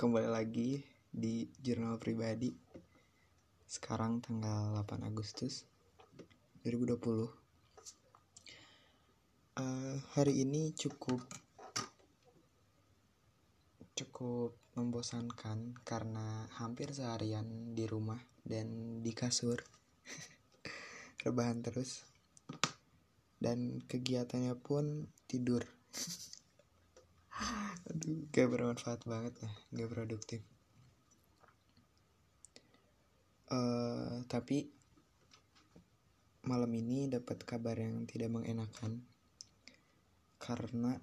Kembali lagi di jurnal pribadi. Sekarang tanggal 8 Agustus 2020. Hari ini cukup membosankan karena hampir seharian di rumah dan di kasur. Rebahan terus. Dan kegiatannya pun tidur. Aduh, gak bermanfaat banget ya, gak produktif. Tapi malam ini dapat kabar yang tidak mengenakan karena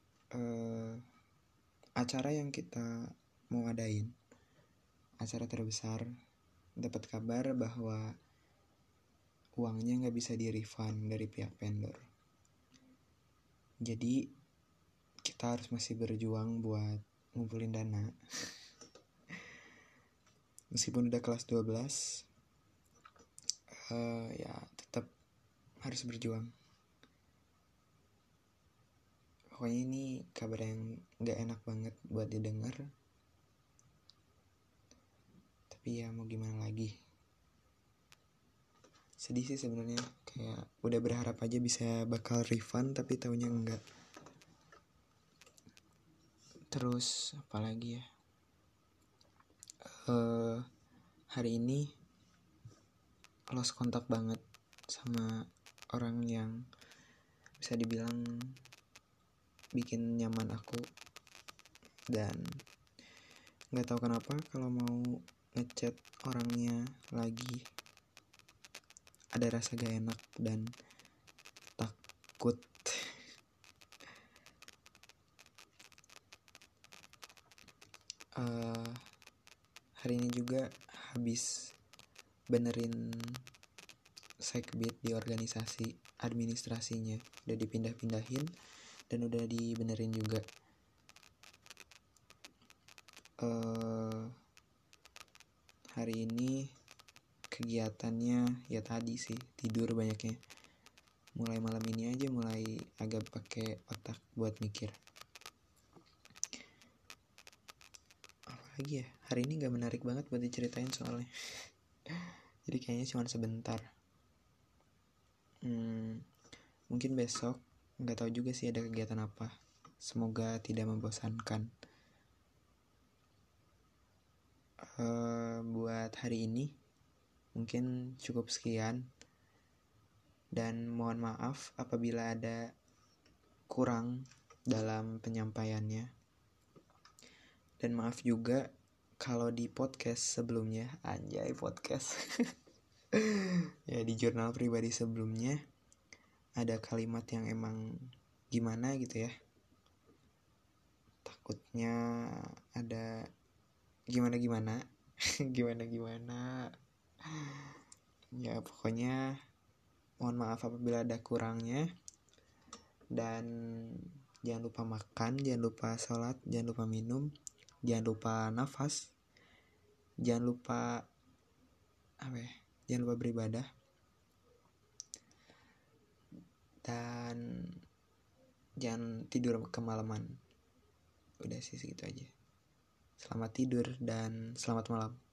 acara yang kita mau adain, acara terbesar, dapat kabar bahwa uangnya gak bisa di-refund dari pihak vendor. Jadi kita harus masih berjuang buat ngumpulin dana. Meskipun udah kelas 12, ya tetap harus berjuang. Pokoknya ini kabar yang gak enak banget buat didengar. Tapi ya mau gimana lagi. Sedih sih sebenarnya, kayak udah berharap aja bisa bakal refund tapi taunya enggak. Terus apalagi ya? Hari ini lost kontak banget sama orang yang bisa dibilang bikin nyaman aku, dan nggak tahu kenapa kalau mau ngechat orangnya lagi ada rasa gak enak dan takut. Hari ini juga habis benerin sekbid di organisasi, administrasinya udah dipindah-pindahin dan udah dibenerin juga. Hari ini kegiatannya ya tadi sih, tidur banyaknya. Mulai malam ini aja mulai agak pakai otak buat mikir. Apalagi ya, hari ini gak menarik banget buat diceritain soalnya. Jadi kayaknya cuma sebentar. Mungkin besok, gak tahu juga sih ada kegiatan apa. Semoga tidak membosankan. Buat hari ini mungkin cukup sekian, dan mohon maaf apabila ada kurang dalam penyampaiannya, dan maaf juga kalau di podcast sebelumnya, anjay podcast ya di jurnal pribadi sebelumnya ada kalimat yang emang gimana gitu ya, takutnya ada gimana gimana ya, pokoknya mohon maaf apabila ada kurangnya. Dan jangan lupa makan, jangan lupa sholat, jangan lupa minum, jangan lupa nafas, jangan lupa jangan lupa beribadah, dan jangan tidur kemalaman. Udah sih segitu aja. Selamat tidur dan selamat malam.